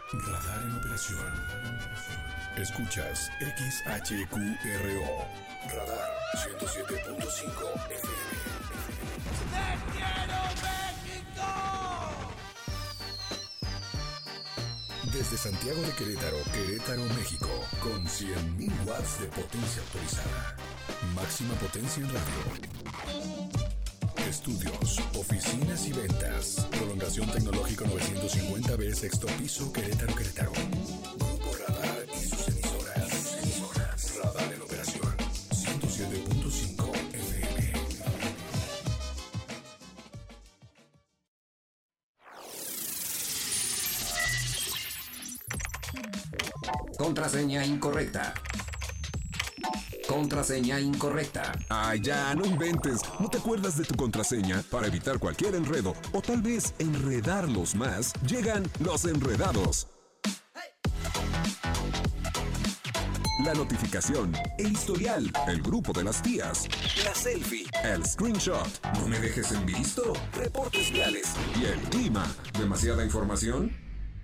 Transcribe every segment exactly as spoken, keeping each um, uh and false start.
Radar en operación. Escuchas X H Q R O. Radar ciento siete punto cinco F M. ¡Te quiero, México! Desde Santiago de Querétaro, Querétaro, México, con cien mil watts de potencia autorizada. Máxima potencia en radio. Estudios, oficinas y ventas. Prolongación Tecnológico novecientos cincuenta B, sexto piso, Querétaro, Querétaro. Grupo Radar y sus emisoras. Sus emisoras. Radar en operación. ciento siete punto cinco F M. Contraseña incorrecta. Contraseña incorrecta. Ay, ya, no inventes. ¿No te acuerdas de tu contraseña? Para evitar cualquier enredo o tal vez enredarlos más, llegan los enredados. La notificación, el historial, el grupo de las tías, la selfie, el screenshot, no me dejes en visto, reportes reales y el clima. ¿Demasiada información?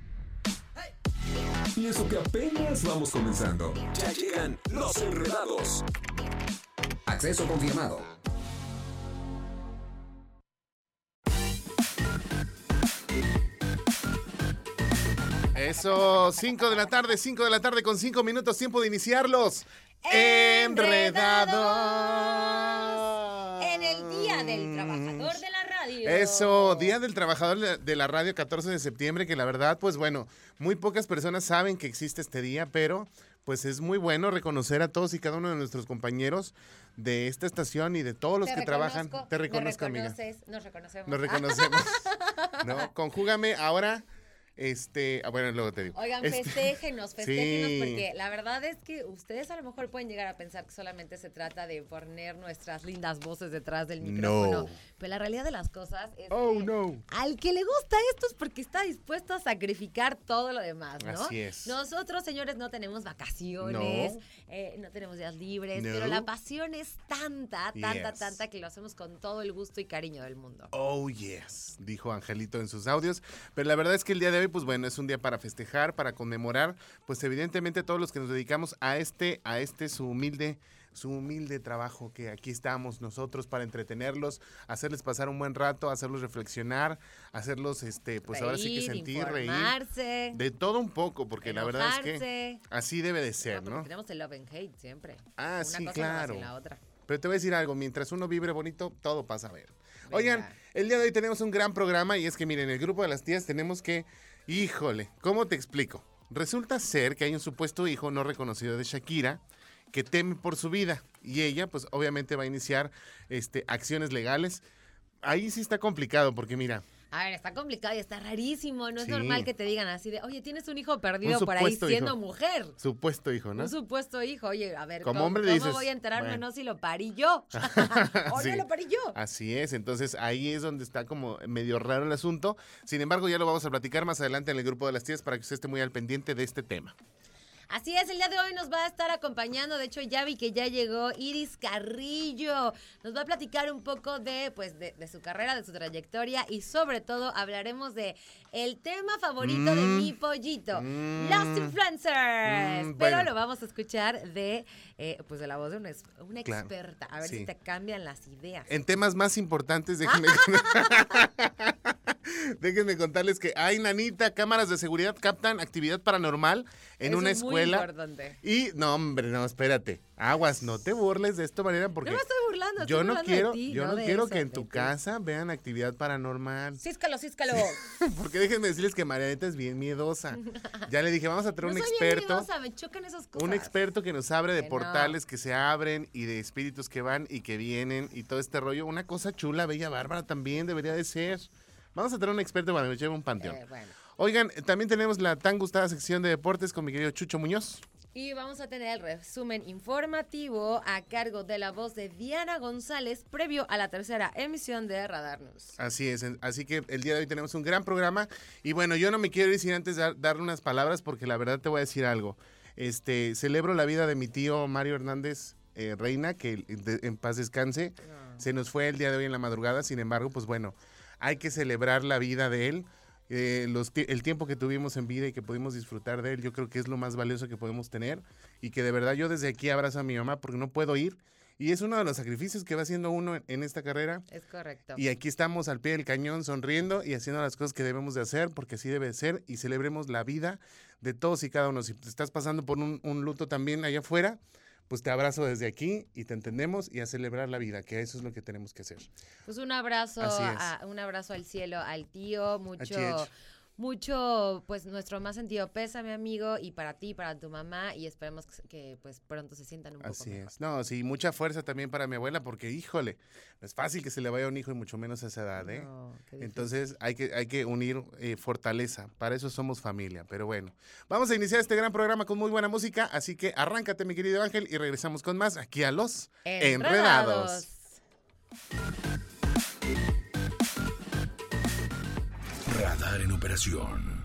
Y eso que apenas vamos comenzando. Ya llegan los enredados. Acceso confirmado. Eso, cinco de la tarde, cinco de la tarde con cinco minutos, tiempo de iniciarlos. Enredados. En el Día del Trabajador de la Radio. Eso, Día del Trabajador de la Radio, catorce de septiembre, que la verdad, pues bueno, muy pocas personas saben que existe este día, pero pues es muy bueno reconocer a todos y cada uno de nuestros compañeros de esta estación y de todos los Te que trabajan. reconozco, Te reconozco, me amiga. reconoces, Nos reconocemos. Nos reconocemos. ¿No? Conjúgame ahora. Este, ah, bueno, luego te digo. Oigan, Este, festéjenos, festéjenos, sí. porque la verdad es que ustedes a lo mejor pueden llegar a pensar que solamente se trata de poner nuestras lindas voces detrás del micrófono. No. Pero la realidad de las cosas es Oh, que no. al que le gusta esto es porque está dispuesto a sacrificar todo lo demás, ¿no? Así es. Nosotros, señores, no tenemos vacaciones, No. eh, no tenemos días libres, No. pero la pasión es tanta, tanta, Yes. tanta que lo hacemos con todo el gusto y cariño del mundo. Oh, yes, dijo Angelito en sus audios. Pero la verdad es que el día de hoy, pues bueno, es un día para festejar, para conmemorar, pues evidentemente todos los que nos dedicamos a este, a este su humilde, su humilde trabajo, que aquí estamos nosotros para entretenerlos, hacerles pasar un buen rato, hacerlos reflexionar, hacerlos, este, pues ahora sí que Reír, sentir, reír. informarse, De todo un poco, porque la verdad es que enojarse. así debe de ser, No, porque ¿no? tenemos el love and hate siempre. Ah, Una sí, cosa claro. No va sin la otra. Pero te voy a decir algo, mientras uno vibre bonito, todo pasa a ver. Venga. Oigan, el día de hoy tenemos un gran programa y es que miren, el grupo de las tías tenemos que, híjole, ¿cómo te explico? Resulta ser que hay un supuesto hijo no reconocido de Shakira que teme por su vida y ella pues obviamente va a iniciar este, acciones legales. Ahí sí está complicado porque mira, A ver, está complicado y está rarísimo. No es Sí. normal que te digan así de, oye, tienes un hijo perdido Un por ahí supuesto siendo hijo. mujer. supuesto hijo, ¿no? Un supuesto hijo. Oye, a ver, Como ¿cómo, hombre cómo dices, voy a enterarme bueno. no si lo parí yo? ¿O Sí. no lo parí yo? Así es, entonces ahí es donde está como medio raro el asunto. Sin embargo, ya lo vamos a platicar más adelante en el grupo de las tías para que usted esté muy al pendiente de este tema. Así es, el día de hoy nos va a estar acompañando, de hecho ya vi que ya llegó Iris Carrillo, nos va a platicar un poco de, pues, de, de su carrera, de su trayectoria y sobre todo hablaremos de el tema favorito Mm. de mi pollito, Mm. los influencers, Mm, pero bueno. lo vamos a escuchar de, eh, pues de la voz de una, ex- una Claro, experta, a ver sí. si te cambian las ideas. En temas más importantes, déjenme, déjenme contarles que hay, nanita, cámaras de seguridad captan actividad paranormal en Eso una es muy escuela. importante. Y, no, hombre, no, espérate. Aguas, no te burles de esta manera porque No me estoy burlando, estoy yo no burlando de quiero, ti, yo no no de quiero eso, que en de tu ti. casa vean actividad paranormal. Císcalo, císcalo. Porque déjenme decirles que Marianita es bien miedosa. Ya le dije, vamos a traer No un soy bien experto. miedosa, me chocan esas cosas. Un experto que nos abre de Que no. portales que se abren y de espíritus que van y que vienen y todo este rollo. Una cosa chula, bella, bárbara también debería de ser. Vamos a tener un experto para que nos lleve a un panteón. Eh, bueno. Oigan, también tenemos la tan gustada sección de deportes con mi querido Chucho Muñoz. Y vamos a tener el resumen informativo a cargo de la voz de Diana González previo a la tercera emisión de Radar News. Así es, en- así que el día de hoy tenemos un gran programa. Y bueno, yo no me quiero ir sin antes dar, darle unas palabras porque la verdad te voy a decir algo. Este, celebro la vida de mi tío Mario Hernández eh, Reina, que de- en paz descanse. Se nos fue el día de hoy en la madrugada, sin embargo, pues bueno, hay que celebrar la vida de él. eh, los, el tiempo que tuvimos en vida y que pudimos disfrutar de él, yo creo que es lo más valioso que podemos tener y que de verdad yo desde aquí abrazo a mi mamá porque no puedo ir. Y es uno de los sacrificios que va haciendo uno en, en esta carrera. Es correcto. Y aquí estamos al pie del cañón sonriendo y haciendo las cosas que debemos de hacer porque así debe ser y celebremos la vida de todos y cada uno. Si te estás pasando por un, un luto también allá afuera, pues te abrazo desde aquí y te entendemos y a celebrar la vida, que eso es lo que tenemos que hacer. Pues un abrazo, a, un abrazo al cielo, al tío, mucho... Mucho, pues, nuestro más sentido pésame, amigo, y para ti, para tu mamá, y esperemos que, que pues, pronto se sientan un poco Así mejor. es. No, sí, mucha fuerza también para mi abuela, porque, híjole, no es fácil que se le vaya un hijo y mucho menos a esa edad, ¿eh? No, Entonces, hay que, hay que unir eh, fortaleza. Para eso somos familia, pero bueno. Vamos a iniciar este gran programa con muy buena música, así que arráncate, mi querido Ángel, y regresamos con más aquí a Los Enredados. Enredados. Radar en operación.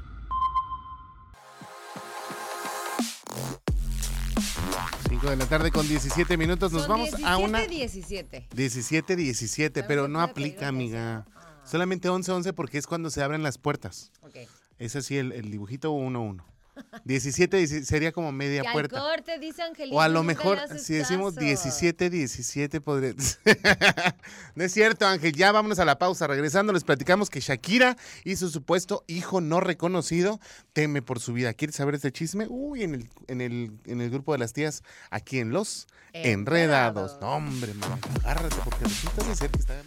cinco de la tarde con diecisiete minutos. Nos Son vamos a una... diecisiete. diecisiete, diecisiete, Pero pero no no puede aplica, pedir un amiga. deseo. Ah. Solamente once, once porque es cuando se abren las puertas. Ok. Es así el, el dibujito uno, uno. diecisiete, diecisiete sería como media Que al puerta. corte, dice Angelito, O a lo nunca mejor, le haces si decimos caso. diecisiete, diecisiete, podría... No es cierto, Ángel, ya vámonos a la pausa. Regresando, les platicamos que Shakira y su supuesto hijo no reconocido teme por su vida. ¿Quieres saber este chisme? Uy, en el, en el, en el grupo de las tías, aquí en Los Enredados. Enredados. No, hombre, mamá, agárrate, porque resulta de ser que está...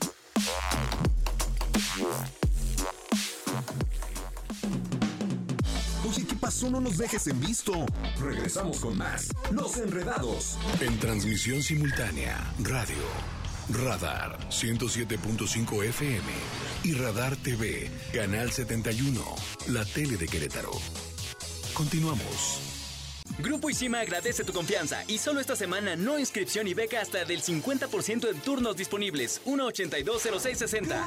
Oye, ¿qué pasó? No nos dejes en visto. Regresamos con más. Los Enredados. En transmisión simultánea, radio, Radar ciento siete punto cinco F M y Radar T V, Canal setenta y uno, la tele de Querétaro. Continuamos. Grupo Ishima agradece tu confianza y solo esta semana no inscripción y beca hasta del cincuenta por ciento en turnos disponibles. uno ochenta y dos cero seis sesenta.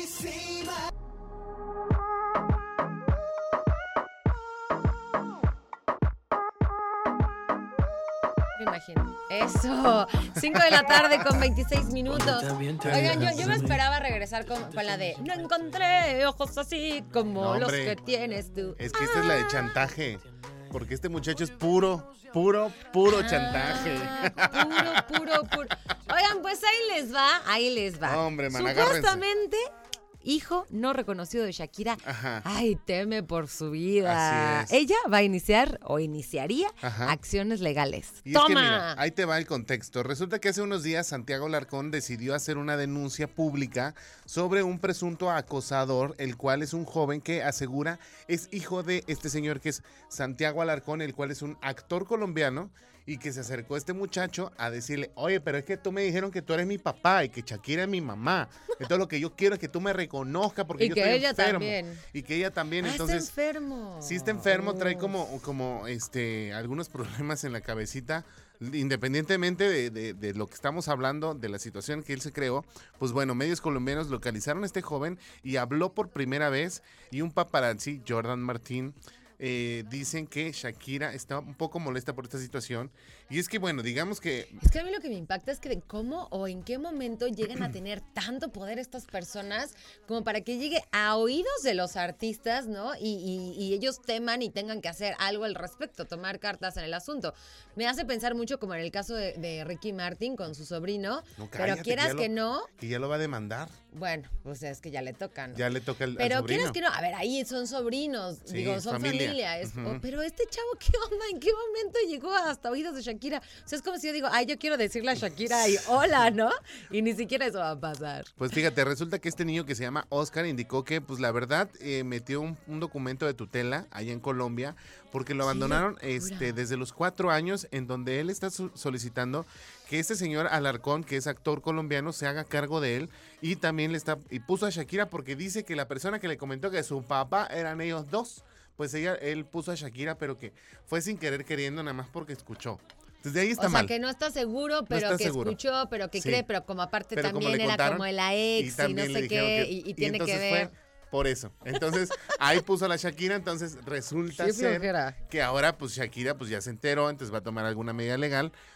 Me imagino. Eso. cinco de la tarde con veintiséis minutos. Oigan, yo, yo me esperaba regresar con, con la de no encontré ojos así como No, los hombre. que tienes tú. Es que esta es la de chantaje. Porque este muchacho es puro, puro, puro Ah, chantaje. Puro, puro, puro. Oigan, pues ahí les va, ahí les va. Hombre, man, agárrense. Supuestamente, hijo no reconocido de Shakira, Ajá. ay, teme por su vida. Así es. Ella va a iniciar o iniciaría Ajá. acciones legales. Y es ¡Toma! que mira, ahí te va el contexto. Resulta que hace unos días Santiago Alarcón decidió hacer una denuncia pública sobre un presunto acosador, el cual es un joven que asegura es hijo de este señor que es Santiago Alarcón, el cual es un actor colombiano y que se acercó a este muchacho a decirle, oye, pero es que tú me dijeron que tú eres mi papá y que Shakira es mi mamá. Entonces lo que yo quiero es que tú me reconozcas porque Y yo que estoy ella enfermo. también. Y que ella también, Ah, entonces... está enfermo. Sí está enfermo, trae Uf. como, como este, algunos problemas en la cabecita, independientemente de, de, de lo que estamos hablando, de la situación que él se creó, pues bueno, medios colombianos localizaron a este joven y habló por primera vez y un paparazzi, Jordan Martín, eh, dicen que Shakira está un poco molesta por esta situación y es que bueno, digamos que... Es que a mí lo que me impacta es que de cómo o en qué momento llegan a tener tanto poder estas personas como para que llegue a oídos de los artistas, ¿no? Y, y- y ellos teman y tengan que hacer algo al respecto, tomar cartas en el asunto. Me hace pensar mucho como en el caso de, de Ricky Martin con su sobrino, No, pero cállate, quieras ya lo- que no, Que ya lo va a demandar, bueno, pues es que ya le tocan. ya le toca al, al Pero sobrino. quieres que no, a ver, ahí son sobrinos, Sí, digo, son familia. familia. es- Ujú. oh, pero este chavo, ¿qué onda? ¿En qué momento llegó hasta oídos de Shakira? O sea, es como si yo digo, ay, yo quiero decirle a Shakira y hola, ¿no? Y ni siquiera eso va a pasar. Pues fíjate, resulta que este niño que se llama Oscar indicó que, pues la verdad, eh, metió un, un documento de tutela allá en Colombia porque lo ¡Qué abandonaron locura! este, desde los cuatro años en donde él está su- solicitando que este señor Alarcón, que es actor colombiano, se haga cargo de él y también le está, y puso a Shakira porque dice que la persona que le comentó que su papá eran ellos dos, pues ella, él puso a Shakira, pero que fue sin querer queriendo, nada más porque escuchó. Desde ahí está o sea, mal. que no está seguro, pero está que seguro. escuchó, pero que Sí. cree, pero como aparte Pero como también le era contaron, como la ex y, también no le sé dijeron qué, que- y, y tiene que entonces ver. fue por eso. Entonces, ahí puso a la Shakira, entonces resulta Qué ser flojera. que ahora pues Shakira pues ya se enteró, entonces va a tomar alguna medida legal,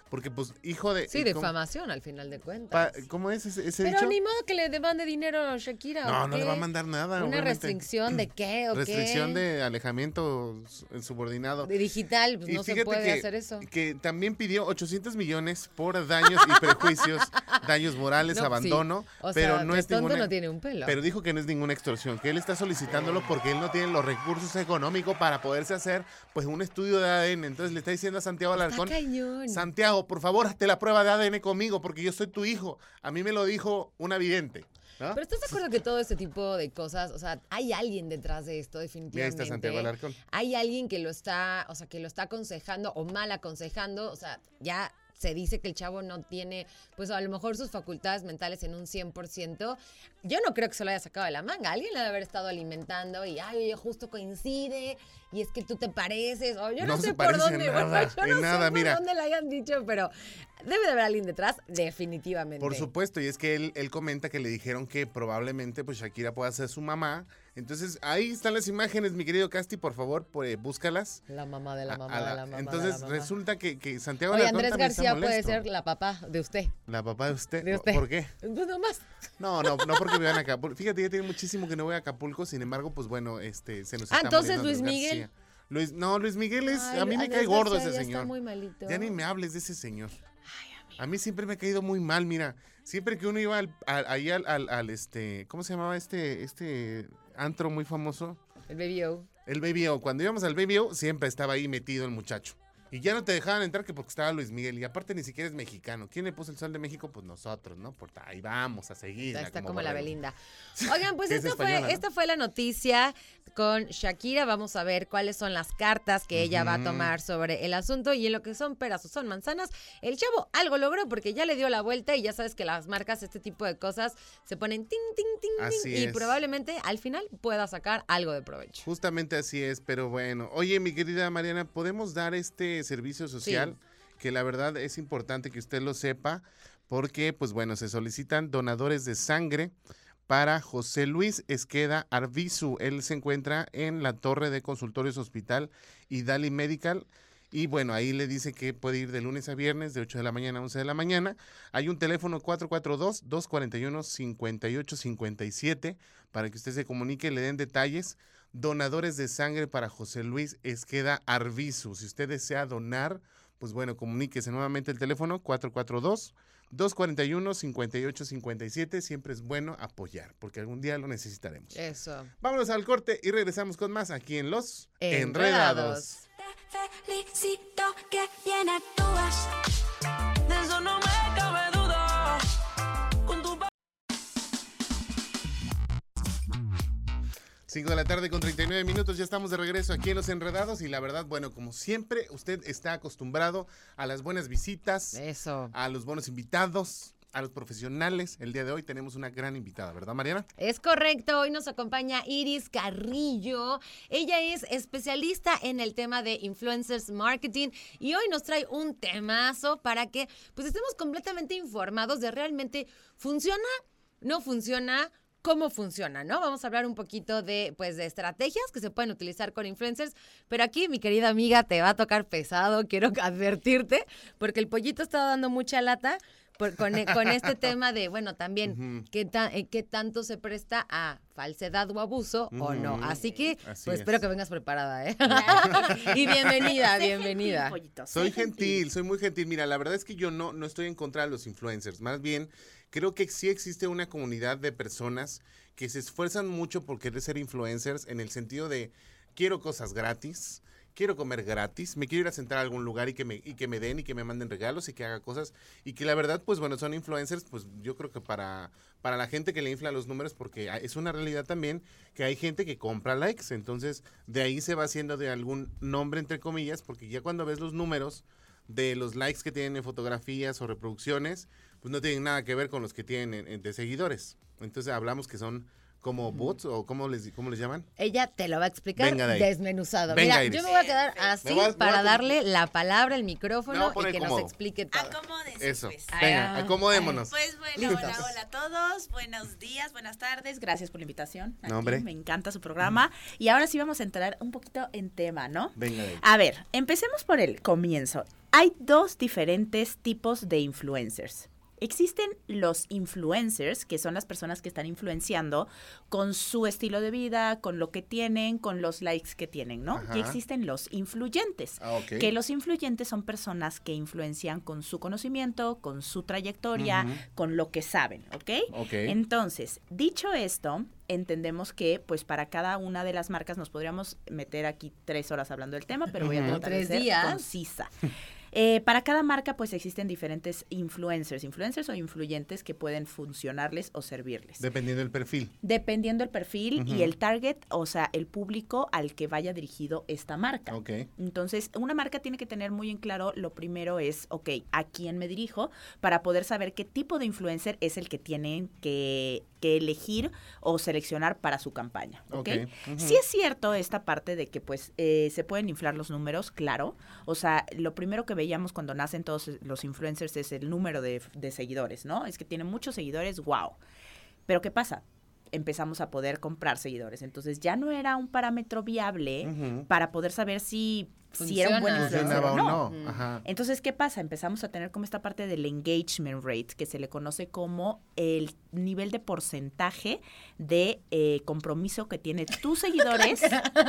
porque pues hijo de... Sí, ¿cómo, difamación al final de cuentas. pa, ¿Cómo es ese, ese Pero dicho? ni modo que le demande dinero a Shakira. No, ¿o no qué? le va a mandar nada. ¿Una obviamente. restricción de qué o Restricción qué? de alejamiento subordinado. De digital, pues Y no se fíjate puede que, hacer eso. que también pidió ochocientos millones por daños y prejuicios, daños morales, No, sí. abandono, O pero sea, no que es tonto ninguna... no tiene un pelo. Pero dijo que no es ninguna extorsión, que él está solicitándolo porque él no tiene los recursos económicos para poderse hacer pues un estudio de A D N. Entonces le está diciendo a Santiago Alarcón, Está cañón. Santiago, por favor, hazte la prueba de A D N conmigo porque yo soy tu hijo. A mí me lo dijo una vidente. ¿no? Pero ¿estás de acuerdo que todo este tipo de cosas, o sea, hay alguien detrás de esto definitivamente? Mira, ahí está Santiago Alarcón. Hay alguien que lo está, o sea, que lo está aconsejando o mal aconsejando, o sea, ya se dice que el chavo no tiene, pues a lo mejor sus facultades mentales en un cien por ciento. Yo no creo que se lo haya sacado de la manga. Alguien le debe haber estado alimentando y, ay, oye, justo coincide, y es que tú te pareces, o yo no, No sé se por parece en dónde, nada, bueno, yo en no nada, sé por mira. dónde le hayan dicho, pero debe de haber alguien detrás, definitivamente. Por supuesto, y es que él, él comenta que le dijeron que probablemente pues Shakira pueda ser su mamá. Entonces, ahí están las imágenes, mi querido Casti, por favor, pues, búscalas. La mamá de la A- mamá a la- de la mamá Entonces, de la mamá. resulta que, que Santiago Oye, Alarcón Andrés también está García puede molesto. ser la papá de usted. La papá de usted. De usted. ¿Por qué? Pues nomás. No, no, no porque vivan a Acapulco. Fíjate, ya tiene muchísimo que no voy a Acapulco, sin embargo, pues bueno, este, se nos Ah, está entonces muriendo Luis Andrés Miguel. García. Luis, no, Luis Miguel es, Ay, a mí me Andrés cae gordo García ese ya señor. Está muy malito. Ya ni me hables de ese señor. A mí siempre me ha caído muy mal, mira. Siempre que uno iba al, al- ahí al, al, al, este, ¿cómo se llamaba este, este antro muy famoso? El Baby O. El Baby O. Cuando íbamos al Baby O, siempre estaba ahí metido el muchacho. Y ya no te dejaban entrar que porque estaba Luis Miguel. Y aparte ni siquiera es mexicano. ¿Quién le puso el sol de México? Pues nosotros, ¿no? Por ahí vamos a seguir. Ya está como la borregos. Belinda. Oigan, pues Que es esta fue, española, ¿no? esta fue la noticia con Shakira. Vamos a ver cuáles son las cartas que ella va a Ujú. tomar sobre el asunto. Y en lo que son peras o son manzanas, el chavo algo logró porque ya le dio la vuelta y ya sabes que las marcas, este tipo de cosas, se ponen ting, ting, ting, ting. Así Y es. probablemente al final pueda sacar algo de provecho. Justamente así es, pero bueno. Oye, mi querida Mariana, ¿podemos dar este servicio social? Que la verdad es importante que usted lo sepa, porque, pues bueno, se solicitan donadores de sangre para José Luis Esqueda Arbizu. Él se encuentra en la torre de consultorios hospital Idali Medical. Y bueno, ahí le dice que puede ir de lunes a viernes, de ocho de la mañana a once de la mañana. Hay un teléfono cuatro cuatro dos, dos cuatro uno, cinco ocho cinco siete para que usted se comunique, le den detalles. Donadores de sangre para José Luis Esqueda Arbizu. Si usted desea donar, pues bueno, comuníquese nuevamente el teléfono cuatro cuatro dos, dos cuatro uno, cinco ocho cinco siete. Siempre es bueno apoyar, porque algún día lo necesitaremos. Eso. Vámonos al corte y regresamos con más aquí en Los Enredados. Enredados. Te felicito que bien actúas. De eso no me cabe duda. Con tu cinco de la tarde con treinta y nueve minutos, ya estamos de regreso aquí en Los Enredados y la verdad, bueno, como siempre, usted está acostumbrado a las buenas visitas, Eso. a los buenos invitados, a los profesionales. El día de hoy tenemos una gran invitada, ¿verdad, Mariana? Es correcto, hoy nos acompaña Iris Carrillo. Ella es especialista en el tema de influencers marketing y hoy nos trae un temazo para que pues estemos completamente informados de realmente funciona, no funciona, cómo funciona, ¿no? Vamos a hablar un poquito de, pues, de estrategias que se pueden utilizar con influencers, pero aquí, mi querida amiga, te va a tocar pesado, quiero advertirte, porque el pollito está dando mucha lata por- con, con este tema de, bueno, también, Ujú. ¿qué, ta- eh, qué tanto se presta a falsedad o abuso o no? Ujú. Así que, Así pues, es. espero que vengas preparada, ¿eh? Y bienvenida, bienvenida. Soy gentil, soy muy gentil. Mira, la verdad es que yo no, no estoy en contra de los influencers. Más bien, creo que sí existe una comunidad de personas que se esfuerzan mucho por querer ser influencers en el sentido de quiero cosas gratis, quiero comer gratis, me quiero ir a sentar a algún lugar y que me y que me den y que me manden regalos y que haga cosas y que la verdad, pues bueno, son influencers, pues yo creo que para para la gente que le infla los números, porque es una realidad también que hay gente que compra likes, entonces de ahí se va haciendo de algún nombre entre comillas, porque ya cuando ves los números de los likes que tienen en fotografías o reproducciones, pues no tienen nada que ver con los que tienen en- en de seguidores. Entonces hablamos que son como bots o cómo les cómo les llaman. Ella te lo va a explicar Venga de ahí. desmenuzado. Venga, Mira, Iris. yo me voy a quedar así Me voy a- me voy para a- darle la palabra, el Me micrófono voy a y poner que nos cómodo. explique todo. Acomódense, Eso. pues. Venga, Ay, acomodémonos. Pues bueno, Listos. hola, hola a todos. Buenos días, buenas tardes. Gracias por la invitación. No, hombre. Me encanta su programa. Y ahora sí vamos a entrar un poquito en tema, ¿no? Venga de ahí. A ver, empecemos por el comienzo. Hay dos diferentes tipos de influencers. Existen los influencers, que son las personas que están influenciando con su estilo de vida, con lo que tienen, con los likes que tienen, ¿no? Ajá. Y existen los influyentes, Ah, ok. que los influyentes son personas que influencian con su conocimiento, con su trayectoria, Ujú. con lo que saben, ¿ok? Ok. Entonces, dicho esto, entendemos que pues para cada una de las marcas nos podríamos meter aquí tres horas hablando del tema, pero voy a Ujú. tratar Tres de ser días. concisa. Eh, para cada marca, pues existen diferentes influencers, influencers o influyentes que pueden funcionarles o servirles. Dependiendo del perfil. Dependiendo el perfil Ujú. y el target, o sea, el público al que vaya dirigido esta marca. Ok. Entonces, una marca tiene que tener muy en claro, lo primero es, ok, ¿a quién me dirijo? Para poder saber qué tipo de influencer es el que tienen que, que elegir o seleccionar para su campaña, ¿ok? Ok, ujú. Sí es cierto esta parte de que, pues, eh, se pueden inflar los números, claro. O sea, lo primero que veíamos cuando nacen todos los influencers es el número de, de seguidores, ¿no? Es que tienen muchos seguidores, wow. Pero ¿qué pasa? Empezamos a poder comprar seguidores. Entonces ya no era un parámetro viable Ujú. para poder saber si, si era un buen Funciona. influencer Funcionaba o o no. no. Ajá. Entonces, ¿qué pasa? Empezamos a tener como esta parte del engagement rate, que se le conoce como el nivel nivel de eh, compromiso que tienen tus seguidores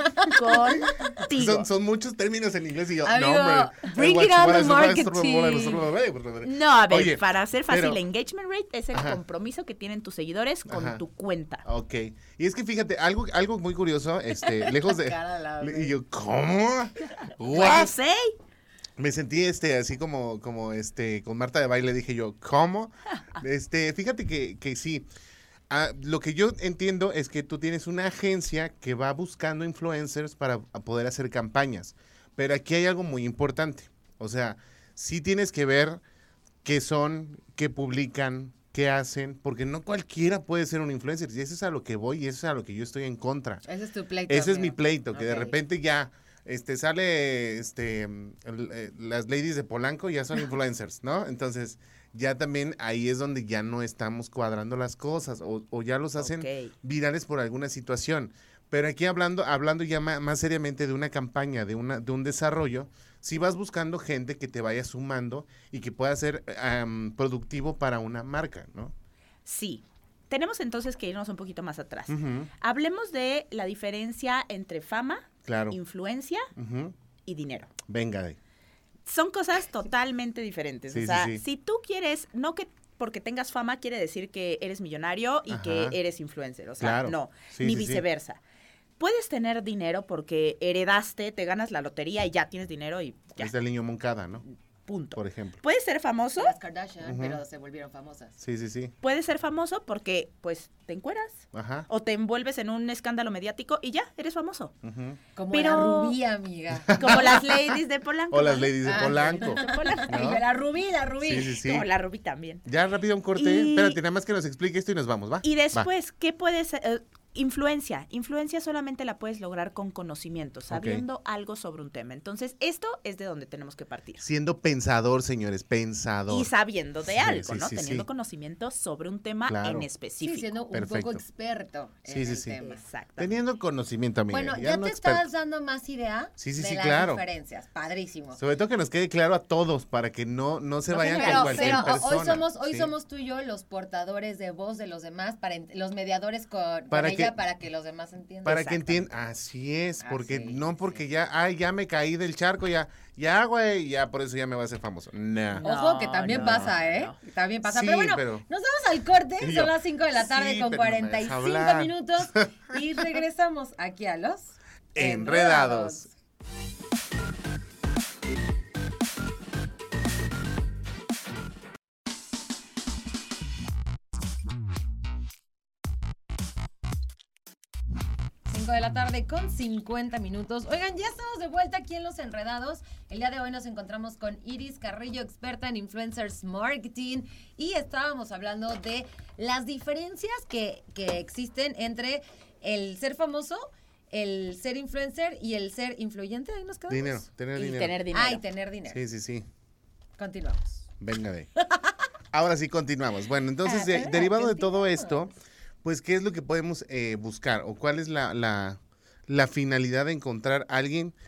contigo. Son, son muchos términos en inglés y yo, Amigo, no, hombre. bring Eh, it on guacho, the marketing. No, a ver, Oye, para hacer fácil, pero- el engagement rate es el Ajá. compromiso que tienen tus seguidores con Ajá. tu cuenta. Ok. Y es que fíjate, algo, algo muy curioso, este, lejos de... Cara la le- ve. y yo, ¿cómo? What ¿What? you say? Me sentí este así como como este con Marta de Baile, dije yo, ¿cómo? Este, fíjate que, que sí. Ah, lo que yo entiendo es que tú tienes una agencia que va buscando influencers para poder hacer campañas. Pero aquí hay algo muy importante. O sea, sí tienes que ver qué son, qué publican, qué hacen, porque no cualquiera puede ser un influencer. Y eso es a lo que voy y eso es a lo que yo estoy en contra. Ese es tu pleito. Ese es mi amigo. pleito, que de Ok. repente ya este sale este el- eh, las ladies de Polanco ya son influencers, ¿no? Entonces, ya también ahí es donde ya no estamos cuadrando las cosas o, o ya los hacen Ok. virales por alguna situación. Pero aquí hablando hablando ya ma- más seriamente de una campaña, de una de un desarrollo, si vas buscando gente que te vaya sumando y que pueda ser am, productivo para una marca, ¿no? Sí. Tenemos entonces que irnos un poquito más atrás. Ujú, Hablemos de la diferencia entre fama, claro. influencia Ujú. y dinero. Venga de. Son cosas totalmente diferentes. Sí, o sí, sea, sí. si tú quieres, no que porque tengas fama quiere decir que eres millonario y Ajá. que eres influencer. O sea, Claro. no, Sí, ni sí, sí. viceversa. Puedes tener dinero porque heredaste, te ganas la lotería y ya tienes dinero y ya, Es del niño Moncada, ¿no? punto. Por ejemplo. Puedes ser famoso, Las Kardashian, Ujú. pero se volvieron famosas. Sí, sí, sí. puedes ser famoso porque pues te encueras Ajá. o te envuelves en un escándalo mediático y ya, eres famoso. Ujú. Como Pero- la Rubí, amiga. Como las ladies de Polanco. O las ladies de Ah, Polanco. De Polanco. ¿No? La Rubí, la Rubí. Sí, sí, sí. Como la Rubí también. Ya rápido un corte. Y- Espérate, nada más que nos explique esto y nos vamos, ¿va? Y Va. después, ¿qué puedes eh, influencia? Influencia solamente la puedes lograr con conocimiento, sabiendo algo sobre un tema. Entonces, esto es de donde tenemos que partir. Siendo pensador, señores, pensador. Y sabiendo de Sí, algo, sí, ¿no? sí, Teniendo sí. conocimiento sobre un tema Claro. en Sí, específico. siendo un Perfecto. poco experto en Sí, sí, el sí. tema. Exacto. Teniendo conocimiento, amiga. Bueno, ya, no te experto. estás dando más idea Sí, sí, de sí, las claro. diferencias. Padrísimo. Sobre todo que nos quede claro a todos para que no, no se No vayan se con Pero, cualquier pero persona. hoy somos hoy Sí. somos tú y yo los portadores de voz de los demás, para ent- los mediadores con, con Para ella que- para que los demás entiendan. Para que Exactamente. entiendan, así es, porque Así, no porque sí. ya, ay, ya me caí del charco, ya, ya, güey, ya por eso ya me voy a hacer famoso. No. No. Ojo, que también no, pasa, ¿eh? no. También pasa. Sí, pero bueno, pero- nos vamos al corte. Y yo, Son las cinco de la tarde sí, con pero no me cuarenta y deja cinco hablar. minutos. Y regresamos aquí a los Enredados. cinco de la tarde con cincuenta minutos. Oigan, ya estamos de vuelta aquí en Los Enredados. El día de hoy nos encontramos con Iris Carrillo, experta en influencers marketing, y estábamos hablando de las diferencias que, que existen entre el ser famoso, el ser influencer y el ser influyente. Ahí nos quedamos. Dinero, tener Y dinero. tener dinero. Ah, y tener dinero. Sí, sí, sí. Continuamos. Venga de. Ahora sí continuamos. Bueno, entonces, de- Ah, derivado de todo continuamos. esto, pues, ¿qué es lo que podemos eh, buscar? ¿O cuál es la, la, la finalidad de encontrar a alguien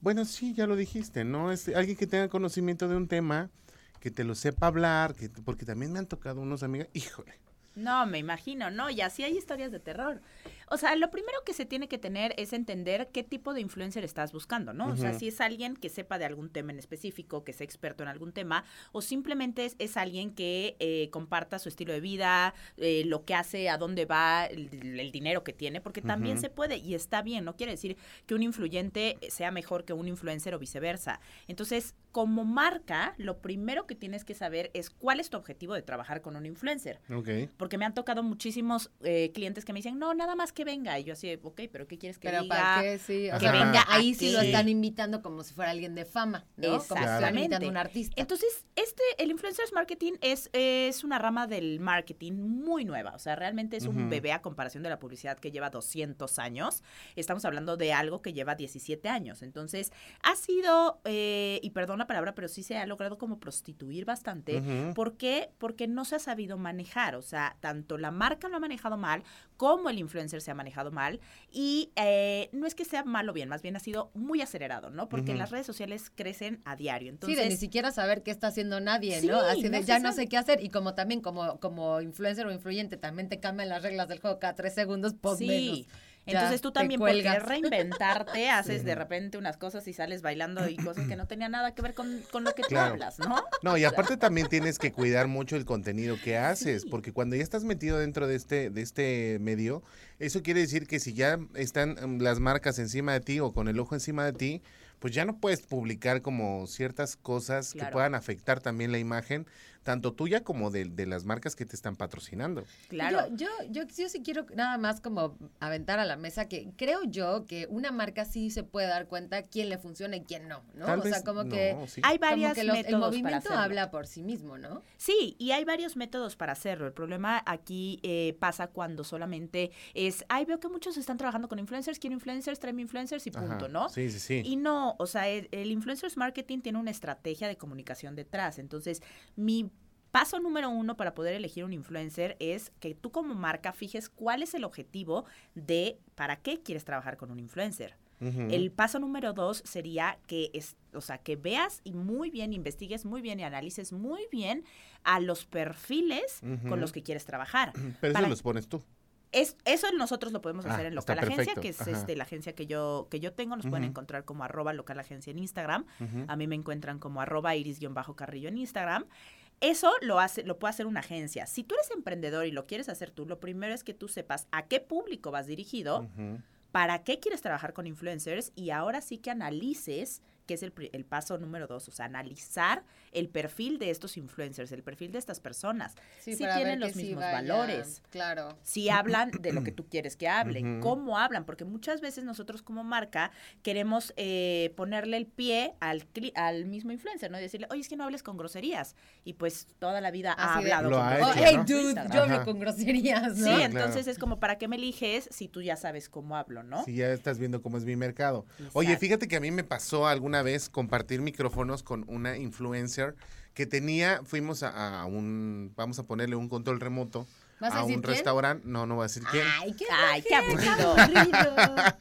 Bueno, sí, ya lo dijiste, ¿no? Es alguien que tenga conocimiento de un tema, que te lo sepa hablar, que porque también me han tocado unos amigos, híjole. No, me imagino, ¿no? Y así hay historias de terror. O sea, lo primero que se tiene que tener es entender qué tipo de influencer estás buscando, ¿no? Uh-huh. O sea, si es alguien que sepa de algún tema en específico, que sea experto en algún tema, o simplemente es, es alguien que eh, comparta su estilo de vida, eh, lo que hace, a dónde va, el, el dinero que tiene, porque también uh-huh. se puede y está bien. No quiere decir que un influyente sea mejor que un influencer o viceversa. Entonces, como marca, lo primero que tienes que saber es cuál es tu objetivo de trabajar con un influencer. Okay. Porque me han tocado muchísimos eh, clientes que me dicen, no, nada más que venga. Y yo así, ok, pero ¿qué quieres que pero diga? ¿para qué? Sí, que sea, venga ahí aquí. sí lo están invitando como si fuera alguien de fama, ¿no? Exactamente. Como si están invitando a un artista. Entonces, este, el influencers marketing es, es una rama del marketing muy nueva. O sea, realmente es un uh-huh. bebé a comparación de la publicidad que lleva doscientos años. Estamos hablando de algo que lleva diecisiete años. Entonces, ha sido, eh, y perdón la palabra, pero sí se ha logrado como prostituir bastante. Uh-huh. ¿Por qué? Porque no se ha sabido manejar. O sea, tanto la marca lo ha manejado mal, como el influencer se ha manejado mal. Y eh, no es que sea mal o bien, más bien ha sido muy acelerado, ¿no? Porque uh-huh. las redes sociales crecen a diario. Entonces, sí, de ni siquiera saber qué está haciendo nadie, sí, ¿no? Así de, no ya no sabe. sé qué hacer. Y como también, como, como influencer o influyente, también te cambian las reglas del juego cada tres segundos, pues sí. menos. Entonces ya, tú también por querer reinventarte, haces sí. de repente unas cosas y sales bailando y cosas que no tenían nada que ver con, con lo que claro. tú hablas, ¿no? No, y aparte también tienes que cuidar mucho el contenido que haces, sí. porque cuando ya estás metido dentro de este, de este medio, eso quiere decir que si ya están um, las marcas encima de ti o con el ojo encima de ti, pues ya no puedes publicar como ciertas cosas claro. que puedan afectar también la imagen, tanto tuya como de, de las marcas que te están patrocinando. Claro. Yo, yo, yo, yo sí quiero nada más como aventar a la mesa que creo yo que una marca sí se puede dar cuenta quién le funciona y quién no, ¿no? Tal o sea, vez, como no, que sí. hay varios que los, métodos el movimiento para habla por sí mismo, ¿no? Sí, y hay varios métodos para hacerlo. El problema aquí eh, pasa cuando solamente es, ay, veo que muchos están trabajando con influencers, quiero influencers, tráeme influencers y punto, Ajá. ¿no? Sí, sí, sí. Y no, o sea, el, el influencers marketing tiene una estrategia de comunicación detrás. Entonces, mi paso número uno para poder elegir un influencer es que tú como marca fijes cuál es el objetivo de para qué quieres trabajar con un influencer. Uh-huh. El paso número dos sería que, es, o sea, que veas y muy bien, investigues muy bien y analices muy bien a los perfiles uh-huh. con los que quieres trabajar. Pero para, eso los pones tú. Es, eso nosotros lo podemos hacer ah, en Local Agencia, que es Ajá. este, la agencia que yo que yo tengo. Nos uh-huh. pueden encontrar como arroba Local Agencia en Instagram. Uh-huh. A mí me encuentran como arroba iris-carrillo en Instagram. Eso lo hace, lo puede hacer una agencia. Si tú eres emprendedor y lo quieres hacer tú, lo primero es que tú sepas a qué público vas dirigido, uh-huh. para qué quieres trabajar con influencers y ahora sí que analices, que es el, el paso número dos, o sea, analizar el perfil de estos influencers, el perfil de estas personas. Sí, si tienen los mismos sí valores. Claro. Si hablan de lo que tú quieres que hablen, Uh-huh. cómo hablan, porque muchas veces nosotros como marca queremos eh, ponerle el pie al, al mismo influencer, ¿no? Y decirle, oye, es que no hables con groserías. Y pues toda la vida ha Así hablado de, con ha groserías. Oh, hecho, hey, ¿no? dude, Instagram. yo hablo Ajá. con groserías, ¿no? Sí, Sí, entonces claro. es como, ¿para qué me eliges si tú ya sabes cómo hablo, no? Si ya estás viendo cómo es mi mercado. Exacto. Oye, fíjate que a mí me pasó alguna vez compartir micrófonos con una influencer que tenía, fuimos a, a un, vamos a ponerle un control remoto ¿Vas a a decir un quién? restaurante, no, no voy a decir quién. Ay, qué, Ay, qué aburrido. aburrido.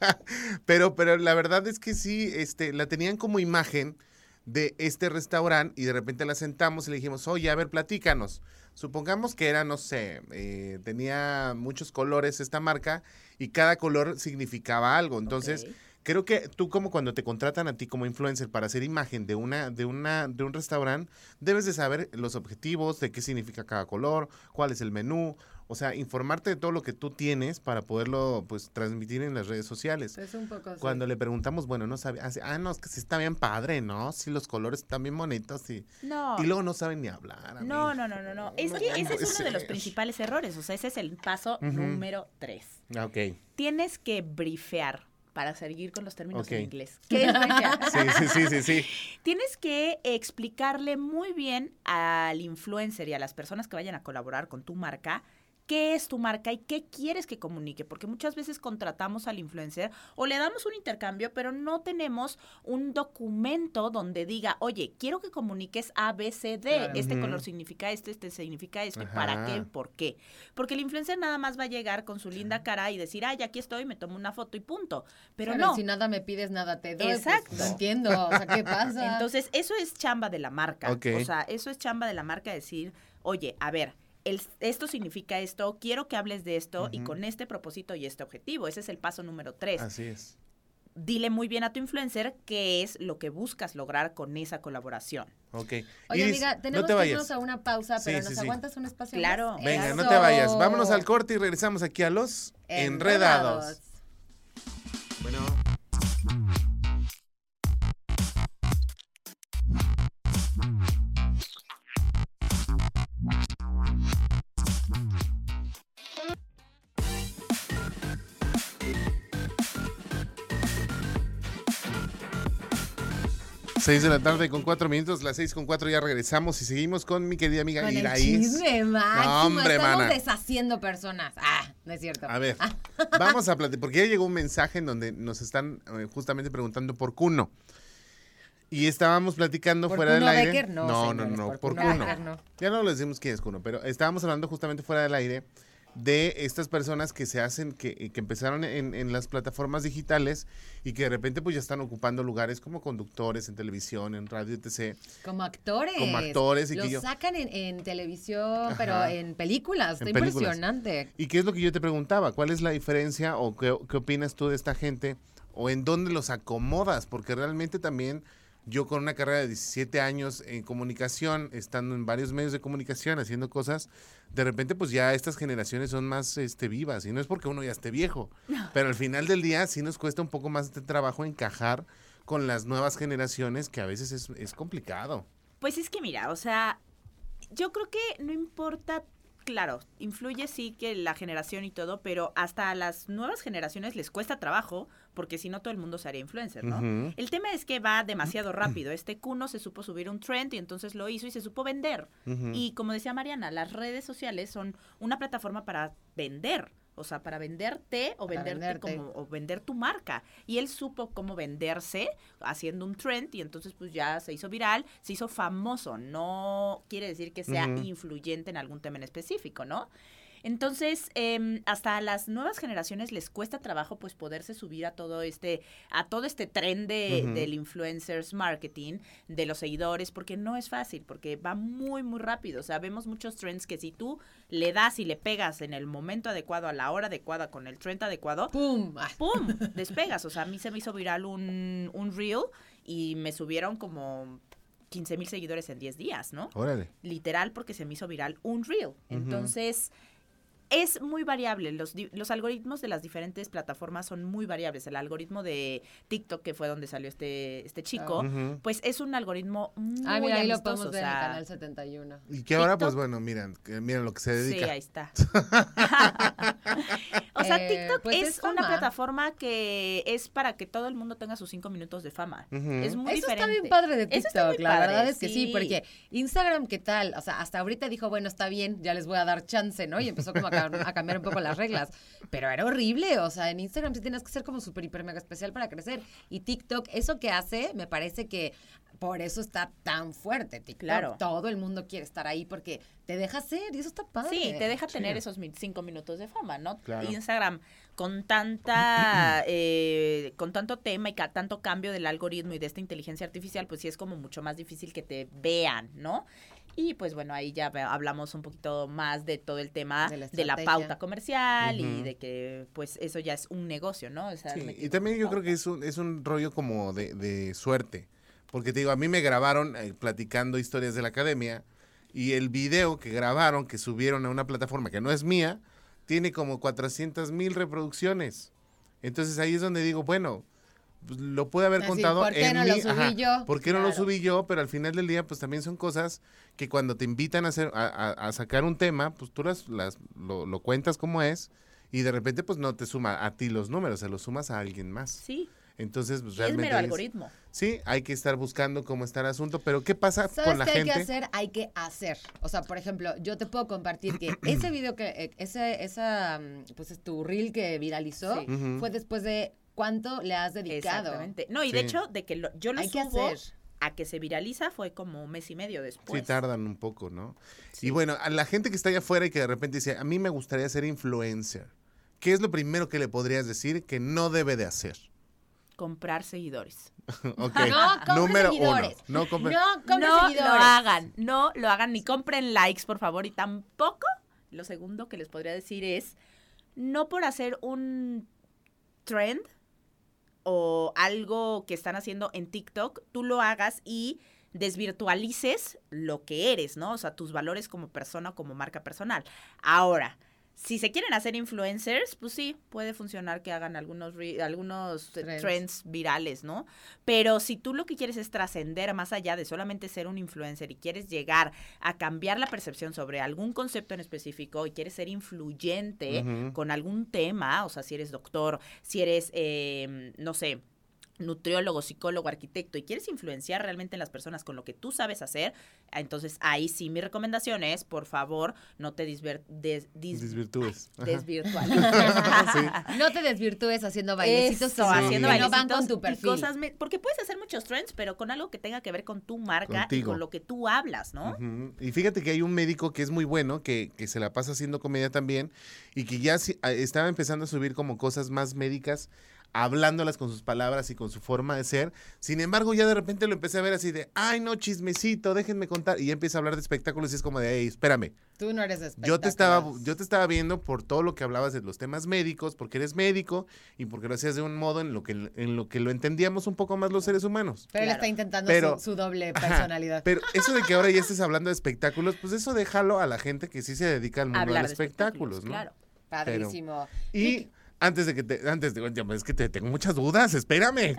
pero, pero la verdad es que sí, este, la tenían como imagen de este restaurante y de repente la sentamos y le dijimos, oye, a ver, platícanos. Supongamos que era, no sé, eh, tenía muchos colores esta marca y cada color significaba algo. Entonces, Okay. creo que tú como cuando te contratan a ti como influencer para hacer imagen de una, de una, de un restaurante, debes de saber los objetivos, de qué significa cada color, cuál es el menú, o sea, informarte de todo lo que tú tienes para poderlo, pues, transmitir en las redes sociales. Es un poco así. Cuando le preguntamos, bueno, no sabe, así, ah, no, es que sí está bien padre, ¿no? Sí, los colores están bien bonitos y, No. y luego no saben ni hablar. No, no, no, no, no. Es No que puede ese es uno de los ser. principales errores. O sea, ese es el paso Ujú. número tres. Ah, ok. Tienes que brifear, para seguir con los términos Ok. en inglés. ¿Qué es brifear? Sí, sí, sí, sí, sí. Tienes que explicarle muy bien al influencer y a las personas que vayan a colaborar con tu marca qué es tu marca y qué quieres que comunique, porque muchas veces contratamos al influencer o le damos un intercambio, pero no tenemos un documento donde diga, oye, quiero que comuniques A, B, C, D, Claro. este Ujú. color significa esto, este significa esto, Ajá. ¿para qué? ¿Por qué? Porque el influencer nada más va a llegar con su linda cara y decir, ay, aquí estoy, me tomo una foto y punto, pero Claro, no. Si nada me pides, nada te doy. pues, Exacto. no entiendo, o sea, ¿qué pasa? Entonces, eso es chamba de la marca. Ok. O sea, eso es chamba de la marca decir, oye, a ver, el- esto significa esto, quiero que hables de esto y Ujú. con este propósito y este objetivo. Ese es el paso número tres. Así es. Dile muy bien a tu influencer qué es lo que buscas lograr con esa colaboración. Ok. Oye, Iris, amiga, tenemos no te que vayas. irnos a una pausa, Sí, pero sí, ¿nos sí. aguantas un espacio Claro. más? Venga, Eso. no te vayas. Vámonos al corte y regresamos aquí a los Enredados. Bueno. Seis de la tarde con cuatro minutos, las seis con cuatro ya regresamos y seguimos con mi querida amiga Con el Iraíz. chisme máximo. No, hombre, Estamos mana. deshaciendo personas. Ah, no es cierto. A ver, vamos a platicar, porque ya llegó un mensaje en donde nos están eh, justamente preguntando por Kuno. Y estábamos platicando ¿Por fuera Kuno del aire. Becker? No, no, señores, no, no, por por Kuno Kuno. Becker no. Ya no le decimos quién es Kuno, pero estábamos hablando justamente fuera del aire de estas personas que se hacen, que, que empezaron en, en las plataformas digitales y que de repente pues ya están ocupando lugares como conductores en televisión, en radio, etcétera. Como actores. Como actores y Los que yo- sacan en, en televisión, Ajá. pero en películas. En Está películas. impresionante. ¿Y qué es lo que yo te preguntaba? ¿Cuál es la diferencia o qué, qué opinas tú de esta gente? ¿O en dónde los acomodas? Porque realmente también yo con una carrera de diecisiete años en comunicación, estando en varios medios de comunicación, haciendo cosas, de repente pues ya estas generaciones son más este, vivas. Y no es porque uno ya esté viejo, pero al final del día sí nos cuesta un poco más de trabajo encajar con las nuevas generaciones, que a veces es, es complicado. Pues es que mira, o sea, yo creo que no importa, claro, influye sí que la generación y todo, pero hasta a las nuevas generaciones les cuesta trabajo, porque si no todo el mundo se haría influencer, ¿no? Ujú. El tema es que va demasiado rápido. Este Kuno se supo subir un trend y entonces lo hizo y se supo vender. Ujú. Y como decía Mariana, las redes sociales son una plataforma para vender. O sea, para venderte o Para venderte, venderte. como o vender tu marca. Y él supo cómo venderse haciendo un trend y entonces pues ya se hizo viral, se hizo famoso. No quiere decir que sea Ujú. influyente en algún tema en específico, ¿no? Entonces, eh, hasta a las nuevas generaciones les cuesta trabajo pues poderse subir a todo este, a todo este tren de, Ujú. del influencers marketing, de los seguidores, porque no es fácil, porque va muy, muy rápido. O sea, vemos muchos trends que si tú le das y le pegas en el momento adecuado, a la hora adecuada, con el trend adecuado, ¡Pum! Ah, ¡pum! Despegas. O sea, a mí se me hizo viral un, un reel y me subieron como quince mil seguidores en diez días, ¿no? Órale. Literal, porque se me hizo viral un reel. Entonces, es muy variable. Los, di- los algoritmos de las diferentes plataformas son muy variables. El algoritmo de TikTok, que fue donde salió este, este chico, Ujú. pues es un algoritmo muy Ah, mira, ahí lo amistoso, podemos o ver en el sea, canal setenta y uno. Y que ahora, pues TikTok. bueno, miren, que miren lo que se Sí, dedica. ahí está. O sea, Eh, TikTok pues es, es una fama. plataforma que es para que todo el mundo tenga sus cinco minutos de fama. Ujú. Es muy Eso diferente. está bien padre de Eso TikTok, está muy la padre, verdad es que sí. porque Instagram, ¿qué tal? O sea, hasta ahorita dijo, bueno, está bien, ya les voy a dar chance, ¿no? Y empezó como a, cam- a cambiar un poco las reglas. Pero era horrible, o sea, en Instagram sí tienes que ser como súper, hiper, mega especial para crecer. Y TikTok, eso que hace, me parece que por eso está tan fuerte TikTok. Claro. Todo el mundo quiere estar ahí porque te deja ser y eso está padre. Sí, te deja tener esos mi- cinco minutos de fama, ¿no? Claro. Instagram, con tanta, eh, con tanto tema y ca- tanto cambio del algoritmo y de esta inteligencia artificial, pues sí es como mucho más difícil que te vean, ¿no? Y pues bueno, ahí ya ve- hablamos un poquito más de todo el tema De la de la estrategia. pauta comercial y Ujú. de que pues eso ya es un negocio, ¿no? O sea, Sí, metido y también con yo creo pauta. que es un, es un rollo como de, de suerte. Porque te digo, a mí me grabaron eh, platicando historias de la academia y el video que grabaron, que subieron a una plataforma que no es mía, tiene como cuatrocientas mil reproducciones. Entonces ahí es donde digo, bueno, pues, lo pude haber Así, contado ¿por qué en no lo mí, subí ajá, yo? ¿por qué no lo Claro. subí yo? Pero al final del día, pues también son cosas que cuando te invitan a hacer, a, a- a sacar un tema, pues tú las, las lo, lo cuentas como es y de repente pues no te suma a ti los números, se los sumas a alguien más. Sí. Entonces, pues Es realmente... mero es- algoritmo. Sí, hay que estar buscando cómo está el asunto, pero ¿qué pasa ¿Sabes con la qué gente? hay que hacer? Hay que hacer. O sea, por ejemplo, yo te puedo compartir que ese video que, eh, ese, esa, mm, pues es tu reel que viralizó, Sí. Ujú. fue después de cuánto le has dedicado. Exactamente. No, y de Sí. hecho, de que lo- yo lo Hay que subo hacer. a que se viraliza fue como un mes y medio después. Sí, tardan un poco, ¿no? Sí. Y bueno, a la gente que está allá afuera y que de repente dice, a mí me gustaría ser influencer, ¿qué es lo primero que le podrías decir que no debe de hacer? Comprar seguidores. Ok, No compre número seguidores. uno. No compre... No, compre no seguidores. lo hagan, no lo hagan, ni compren likes, por favor, y tampoco, lo segundo que les podría decir es, no por hacer un trend o algo que están haciendo en TikTok, tú lo hagas y desvirtualices lo que eres, ¿no? O sea, tus valores como persona o como marca personal. Ahora, si se quieren hacer influencers, pues sí, puede funcionar que hagan algunos re- algunos eh, Trends. trends. virales, ¿no? Pero si tú lo que quieres es trascender más allá de solamente ser un influencer y quieres llegar a cambiar la percepción sobre algún concepto en específico y quieres ser influyente Ujú. con algún tema, o sea, si eres doctor, si eres, eh, no sé, nutriólogo, psicólogo, arquitecto y quieres influenciar realmente en las personas con lo que tú sabes hacer, entonces ahí sí mi recomendación es, por favor, no te disver- des- dis- Desvirtúes. Ajá. desvirtualices. Sí. No te desvirtúes haciendo bailecitos Eso, que, haciendo que no van bailecitos con tu y perfil. cosas me- porque puedes hacer muchos trends, pero con algo que tenga que ver con tu marca Contigo. y con lo que tú hablas, ¿no? Ujú. Y fíjate que hay un médico que es muy bueno, que, que se la pasa haciendo comedia también, y que ya si- a- estaba empezando a subir como cosas más médicas, hablándolas con sus palabras y con su forma de ser. Sin embargo, ya de repente lo empecé a ver así de, ay, no, chismecito, déjenme contar. Y ya empieza a hablar de espectáculos y es como de, hey, espérame. Tú no eres de Yo te estaba, espectáculos. yo te estaba viendo por todo lo que hablabas de los temas médicos, porque eres médico y porque lo hacías de un modo en lo que, en lo que lo entendíamos un poco más los seres humanos. Pero él Claro. está intentando Pero- su, su doble Ajá, personalidad. Pero eso de que ahora ya estés hablando de espectáculos, pues eso déjalo a la gente que sí se dedica al mundo Hablar de de los espectáculos, ¿no? claro. Padrísimo. Y antes de que te, antes de, ya, es que te tengo muchas dudas, espérame.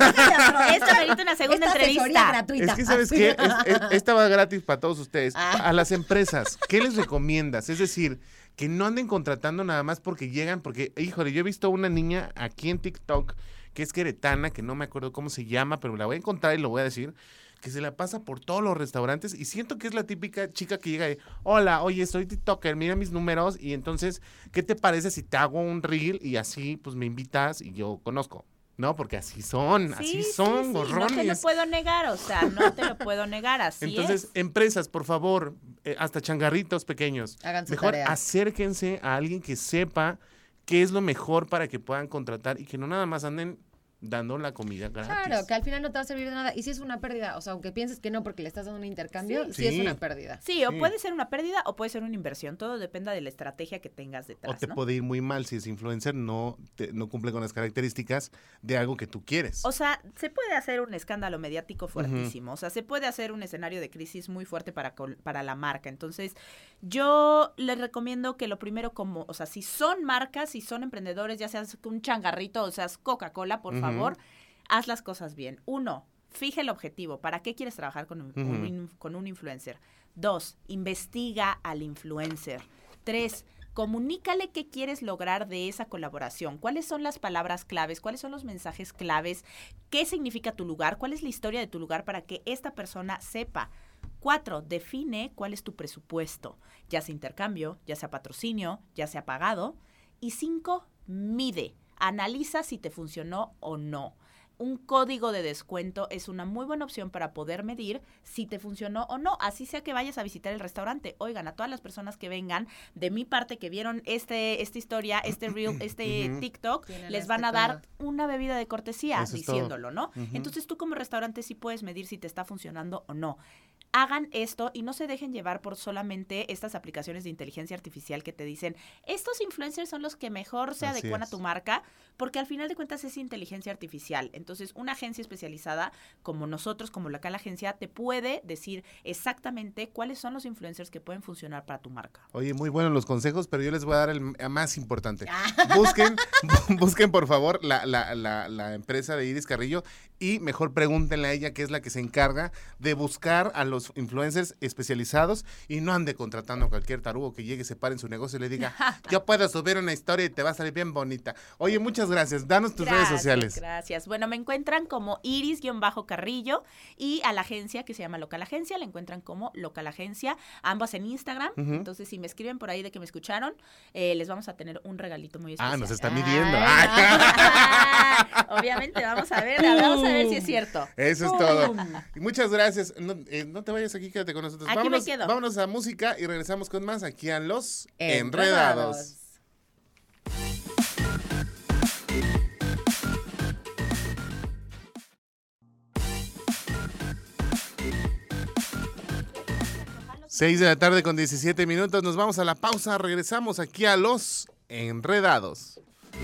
Esto merita una segunda Esta asesoría entrevista. gratuita. Es que, ¿sabes qué? Es- es- esta va gratis para todos ustedes. Ah. A las empresas, ¿qué les recomiendas? Es decir, que no anden contratando nada más porque llegan, porque, híjole, yo he visto una niña aquí en TikTok que es queretana, que no me acuerdo cómo se llama, pero la voy a encontrar y lo voy a decir, que se la pasa por todos los restaurantes y siento que es la típica chica que llega y, hola, oye, soy TikToker, mira mis números y entonces, ¿qué te parece si te hago un reel y así, pues me invitas y yo conozco? No, porque así son, así Sí, son, sí, sí, gorrones. no te lo puedo negar, o sea, no te lo puedo negar, así Entonces, es. empresas, por favor, eh, hasta changarritos pequeños, Hagan su mejor tarea. acérquense a alguien que sepa qué es lo mejor para que puedan contratar y que no nada más anden dando la comida gratis. Claro, que al final no te va a servir de nada. Y si es una pérdida, o sea, aunque pienses que no porque le estás dando un intercambio, sí, Sí. es una pérdida. Sí, o Sí. puede ser una pérdida o puede ser una inversión, todo depende de la estrategia que tengas O detrás, te ¿no? puede ir muy mal si es influencer, no, te- no cumple con las características de algo que tú quieres. O sea, se puede hacer un escándalo mediático fuertísimo, o sea, se puede hacer un escenario de crisis muy fuerte para, col- para la marca. Entonces, yo les recomiendo que lo primero como, o sea, si son marcas, si son emprendedores, ya seas un changarrito o seas Coca-Cola, por Ujú. favor, haz las cosas bien. Uno, fija el objetivo. ¿Para qué quieres trabajar con un, un Ujú. in- con un influencer? Dos, investiga al influencer. Tres, comunícale qué quieres lograr de esa colaboración. ¿Cuáles son las palabras claves? ¿Cuáles son los mensajes claves? ¿Qué significa tu lugar? ¿Cuál es la historia de tu lugar para que esta persona sepa? Cuatro, define cuál es tu presupuesto, ya sea intercambio, ya sea patrocinio, ya sea pagado. Y cinco, mide, analiza si te funcionó o no. Un código de descuento es una muy buena opción para poder medir si te funcionó o no. Así sea que vayas a visitar el restaurante. Oigan, a todas las personas que vengan, de mi parte que vieron este esta historia, este reel, este Ujú. TikTok, Tienen les este van a dar código. una bebida de cortesía Eso es todo. diciéndolo, ¿no? Ujú. Entonces tú como restaurante sí puedes medir si te está funcionando o no. Hagan esto y no se dejen llevar por solamente estas aplicaciones de inteligencia artificial que te dicen, estos influencers son los que mejor se Así adecuan a es. tu marca, porque al final de cuentas es inteligencia artificial. Entonces, una agencia especializada como nosotros, como acá la agencia, te puede decir exactamente cuáles son los influencers que pueden funcionar para tu marca. Oye, muy buenos los consejos, pero yo les voy a dar el m- más importante. Busquen, bu- busquen por favor la, la, la, la empresa de Iris Carrillo y mejor pregúntenle a ella, que es la que se encarga de buscar a los los influencers especializados y no ande contratando a cualquier tarugo que llegue, se pare en su negocio y le diga, yo puedo subir una historia y te va a salir bien bonita. Oye, muchas gracias. Danos tus Gracias, redes sociales. Gracias. Bueno, me encuentran como Iris-Carrillo y a la agencia que se llama Local Agencia, la encuentran como Local Agencia, ambas en Instagram. Uh-huh. Entonces, si me escriben por ahí de que me escucharon, eh, les vamos a tener un regalito muy especial. Ah, nos está midiendo. Ay, no. Obviamente, vamos a ver, vamos a ver si es cierto. Eso es todo. Y muchas gracias. No, eh, no te vayas aquí, quédate con nosotros. Aquí vámonos, me quedo. Vámonos a música y regresamos con más aquí a Los Enredados. Enredados. Seis de la tarde con diecisiete minutos. Nos vamos a la pausa. Regresamos aquí a Los Enredados.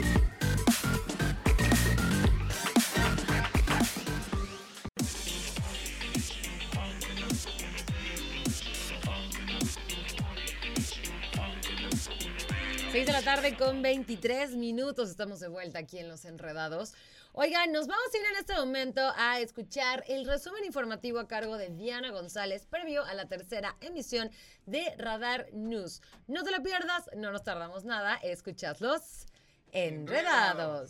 seis de la tarde con veintitrés minutos. Estamos de vuelta aquí en Los Enredados. Oigan, nos vamos a ir en este momento a escuchar el resumen informativo a cargo de Diana González, previo a la tercera emisión de Radar News. No te lo pierdas, no nos tardamos nada, escuchad Los Enredados.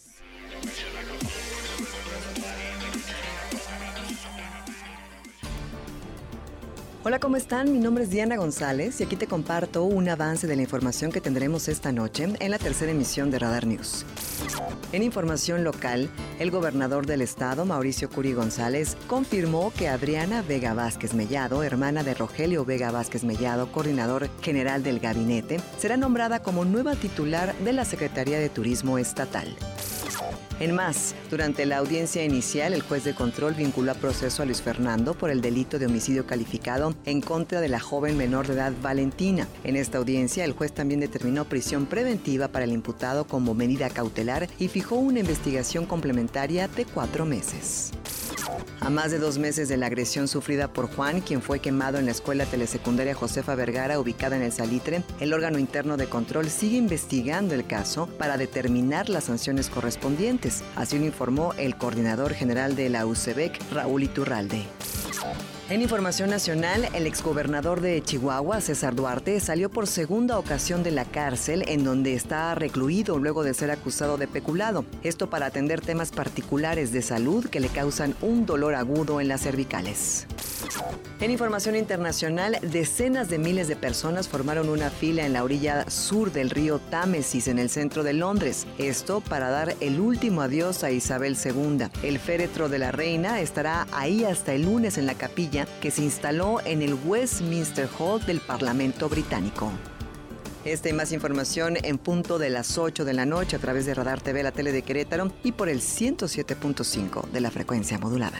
Hola, ¿cómo están? Mi nombre es Diana González y aquí te comparto un avance de la información que tendremos esta noche en la tercera emisión de Radar News. En información local, el gobernador del estado, Mauricio Curi González, confirmó que Adriana Vega Vázquez Mellado, hermana de Rogelio Vega Vázquez Mellado, coordinador general del gabinete, será nombrada como nueva titular de la Secretaría de Turismo Estatal. En más, durante la audiencia inicial, el juez de control vinculó a proceso a Luis Fernando por el delito de homicidio calificado en contra de la joven menor de edad Valentina. En esta audiencia, el juez también determinó prisión preventiva para el imputado como medida cautelar y fijó una investigación complementaria de cuatro meses. A más de dos meses de la agresión sufrida por Juan, quien fue quemado en la escuela telesecundaria Josefa Vergara, ubicada en el Salitre, el órgano interno de control sigue investigando el caso para determinar las sanciones correspondientes. Así lo informó el coordinador general de la U C B E C, Raúl Iturralde. En información nacional, el exgobernador de Chihuahua, César Duarte, salió por segunda ocasión de la cárcel en donde está recluido luego de ser acusado de peculado. Esto para atender temas particulares de salud que le causan un dolor agudo en las cervicales. En información internacional, decenas de miles de personas formaron una fila en la orilla sur del río Támesis en el centro de Londres. Esto para dar el último adiós a Isabel segunda. El féretro de la reina estará ahí hasta el lunes en la capilla que se instaló en el Westminster Hall del Parlamento británico. Esta y más información en punto de las ocho de la noche a través de Radar T V, la tele de Querétaro y por el ciento siete punto cinco de la frecuencia modulada.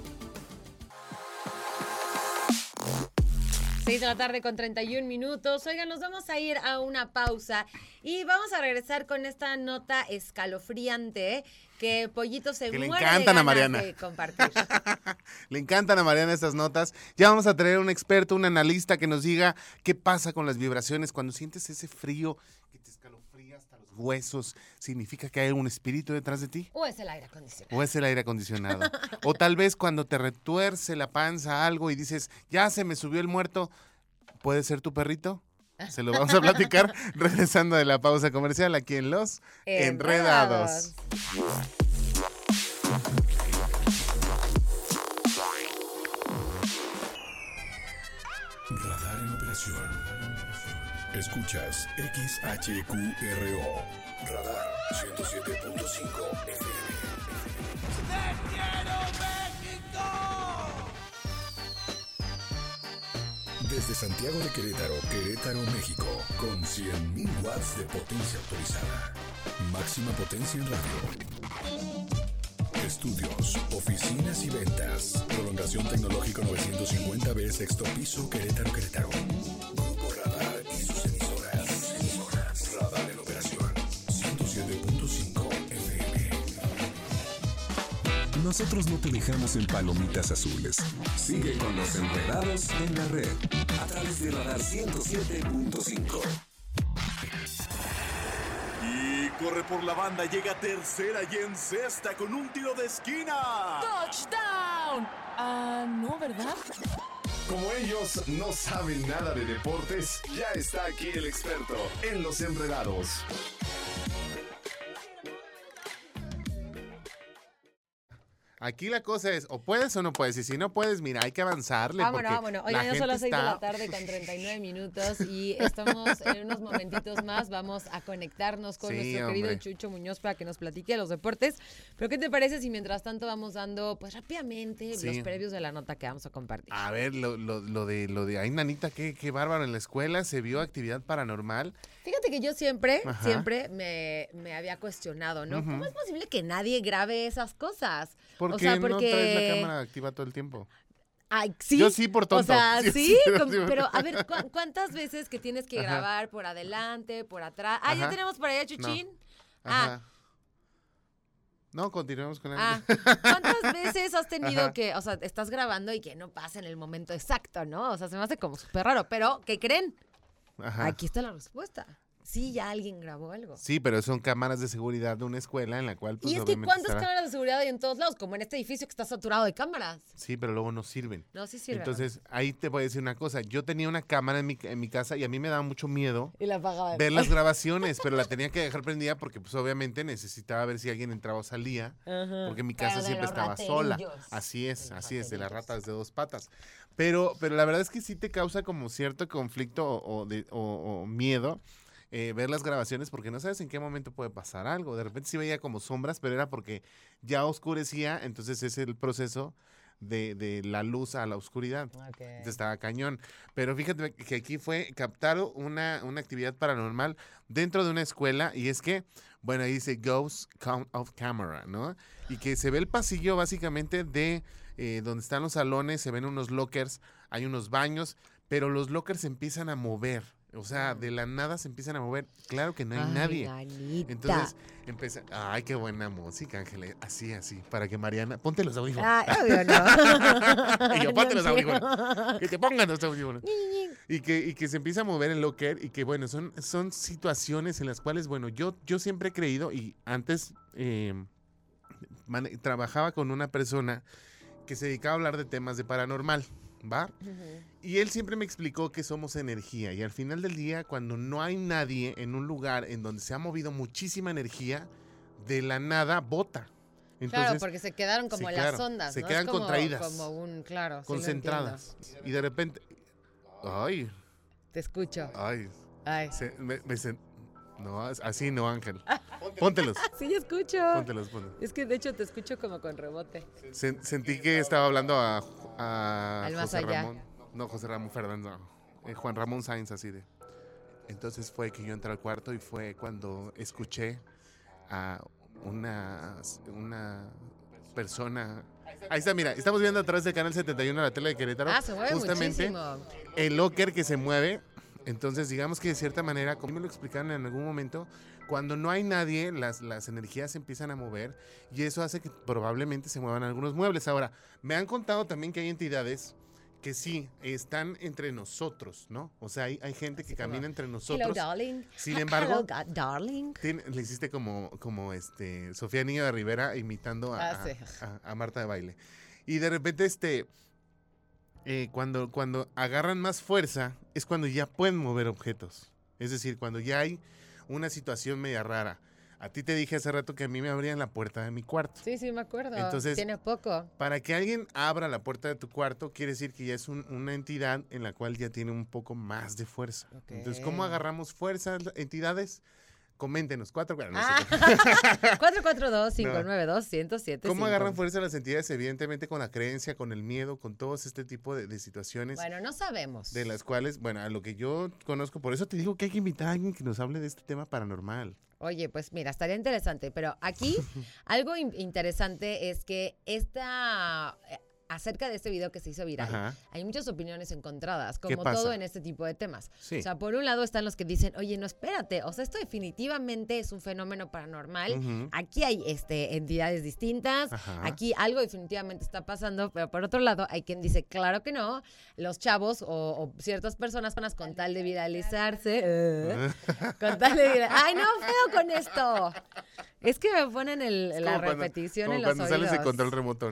seis de la tarde con treinta y un minutos. Oigan, nos vamos a ir a una pausa y vamos a regresar con esta nota escalofriante que Pollito se que le muere encantan de a Mariana. de compartir. Le encantan a Mariana estas notas. Ya vamos a traer un experto, un analista que nos diga qué pasa con las vibraciones cuando sientes ese frío que te escalofría hasta los huesos. ¿Significa que hay un espíritu detrás de ti? O es el aire acondicionado. O es el aire acondicionado. O tal vez cuando te retuerce la panza algo y dices, ya se me subió el muerto, ¿puede ser tu perrito? Se lo vamos a platicar regresando de la pausa comercial aquí en Los Enredados. Enredados. Radar en operación. Escuchas X H Q R O. Radar ciento siete punto cinco F M. ¡Te quiero, México! Desde Santiago de Querétaro, Querétaro, México, con cien mil watts de potencia autorizada. Máxima potencia en radio. Estudios, oficinas y ventas. Prolongación tecnológico novecientos cincuenta B, sexto piso, Querétaro, Querétaro. Grupo Radar y sus emisoras. Emisoras. Radar en operación. ciento siete punto cinco F M. Nosotros no te dejamos en palomitas azules. Sigue con Los Enredados en la red. A través de Radar ciento siete punto cinco. Y corre por la banda, llega tercera y en cesta con un tiro de esquina. ¡Touchdown! Ah, no, ¿verdad? como ellos no saben nada de deportes, ya está aquí el experto en los enredados. Aquí la cosa es, o puedes o no puedes, y si no puedes, mira, hay que avanzarle. Vámonos, porque vámonos. la Oye, ya son las seis está... de la tarde con treinta y nueve minutos y estamos en unos momentitos más, vamos a conectarnos con Sí, nuestro hombre. querido Chucho Muñoz para que nos platique de los deportes. Pero ¿qué te parece si mientras tanto vamos dando, pues rápidamente, Sí. los previos de la nota que vamos a compartir? A ver, lo, lo, lo de, lo de, ay, nanita, qué, qué bárbaro, en la escuela se vio actividad paranormal. Fíjate que yo siempre, Ajá. siempre me, me había cuestionado, ¿no? Ujú. ¿Cómo es posible que nadie grabe esas cosas? ¿Por O qué sea, no porque- traes la cámara activa todo el tiempo? Ay, sí. Yo sí por tonto. O sea, Yo sí, sí, yo com- sí. pero a ver, ¿cu- ¿cuántas veces que tienes que Ajá. grabar por adelante, por atrás? Ah, ya Ajá. tenemos por allá, Chuchín. Ajá. Ah, No, continuemos con el... ah. ¿Cuántas veces has tenido Ajá. que, o sea, estás grabando y que no pasa en el momento exacto, ¿no? O sea, se me hace como súper raro, pero ¿qué creen? Ajá. Aquí está la respuesta. Sí, ya alguien grabó algo. Sí, pero son cámaras de seguridad de una escuela en la cual, pues, Y es que obviamente ¿cuántas estará- cámaras de seguridad hay en todos lados? Como en este edificio que está saturado de cámaras. Sí, pero luego no sirven. No, sí sirve. Entonces, ahí te voy a decir una cosa. Yo tenía una cámara en mi, en mi casa y a mí me daba mucho miedo Y la apagaba. ver las grabaciones, pero la tenía que dejar prendida porque, pues, obviamente necesitaba ver si alguien entraba o salía, Ajá. porque mi Pero casa de siempre los estaba sola. raterillos. Así es, De los así es, de las raterillos. ratas de dos patas. Pero, pero la verdad es que sí te causa como cierto conflicto o, o de, o- o miedo. eh, ver las grabaciones porque no sabes en qué momento puede pasar algo. De repente sí veía como sombras, pero era porque ya oscurecía, entonces es el proceso de, de la luz a la oscuridad. Entonces estaba cañón. Pero fíjate que aquí fue captar una, una actividad paranormal dentro de una escuela y es que, bueno, ahí dice Ghost Count of Camera, ¿no? Y que se ve el pasillo básicamente de eh, donde están los salones, se ven unos lockers, hay unos baños, pero los lockers se empiezan a mover. O sea, de la nada se empiezan a mover. Claro que no hay Ay, nadie. Anita. Entonces, empieza. Ay, qué buena música, Ángela. Así, así. Para que Mariana. Ponte los audífonos. Ay, obvio no. Y yo, ponte No los quiero. audífonos. Que te pongan los audífonos. Y que, y que se empieza a mover el locker. Y que, bueno, son, son situaciones en las cuales, bueno, yo, yo siempre he creído. Y antes eh, mane- trabajaba con una persona que se dedicaba a hablar de temas de paranormal. ¿Va? Y él siempre me explicó que somos energía y al final del día, cuando no hay nadie en un lugar en donde se ha movido muchísima energía, de la nada bota. Entonces, claro, porque se quedaron como sí, las claro, ondas, se ¿no? quedan Es como, contraídas, como un, claro, sí lo concentradas. entiendo. Y de repente, ay, Te escucho. ay, Ay. se- me- me sen- no, así no, Ángel. Póntelos. Sí, yo escucho. Póntelos, póntelos. Es que de hecho te escucho como con rebote. Sen- sentí que estaba hablando a, a Al más José allá. Ramón. No, José Ramón Fernández, no. Eh, Juan Ramón Sáenz, así de. Entonces fue que yo entré al cuarto y fue cuando escuché a una, una persona. Ahí está, mira, estamos viendo a través del canal setenta y uno de la tele de Querétaro. Ah, se mueve justamente muchísimo. el locker que se mueve. Entonces, digamos que de cierta manera, como me lo explicaron en algún momento, cuando no hay nadie, las, las energías se empiezan a mover y eso hace que probablemente se muevan algunos muebles. Ahora, me han contado también que hay entidades que sí, están entre nosotros, ¿no? O sea, hay, hay gente que camina entre nosotros. Hello, darling. Sin Ha- embargo, Hello, ga- darling. tiene- le hiciste como, como este Sofía Niño de Rivera imitando a, Ah, sí. a- a Marta de Baile. Y de repente, este, eh, cuando, cuando agarran más fuerza, es cuando ya pueden mover objetos. Es decir, cuando ya hay una situación media rara. A ti te dije hace rato que a mí me abrían la puerta de mi cuarto. Sí, sí, me acuerdo. Entonces, Tiene poco. Para que alguien abra la puerta de tu cuarto, quiere decir que ya es un- una entidad en la cual ya tiene un poco más de fuerza. Entonces, ¿cómo agarramos fuerza, entidades? Coméntenos. Cuatro, bueno, no sé. Ah, cuatro cuatro dos, cinco nueve dos, uno cero siete. ¿Cómo agarran fuerza las entidades? Evidentemente con la creencia, con el miedo, con todos este tipo de, de situaciones. Bueno, no sabemos. De las cuales, bueno, a lo que yo conozco, por eso te digo que hay que invitar a alguien que nos hable de este tema paranormal. Oye, pues mira, estaría interesante, pero aquí algo in- interesante es que esta... eh, acerca de este video que se hizo viral, Ajá. hay muchas opiniones encontradas, ¿Qué como pasa? todo en este tipo de temas. Sí. O sea, por un lado están los que dicen, oye, no, espérate, o sea, esto definitivamente es un fenómeno paranormal, Ujú. aquí hay este, entidades distintas, Ajá. aquí algo definitivamente está pasando, pero por otro lado hay quien dice, claro que no, los chavos o, o ciertas personas con tal de viralizarse, eh, con tal de viralizarse, ay, no, feo con esto. Es que me ponen el, Es la como cuando- repetición como en los cuando sales de oídos. control remoto, ¿no?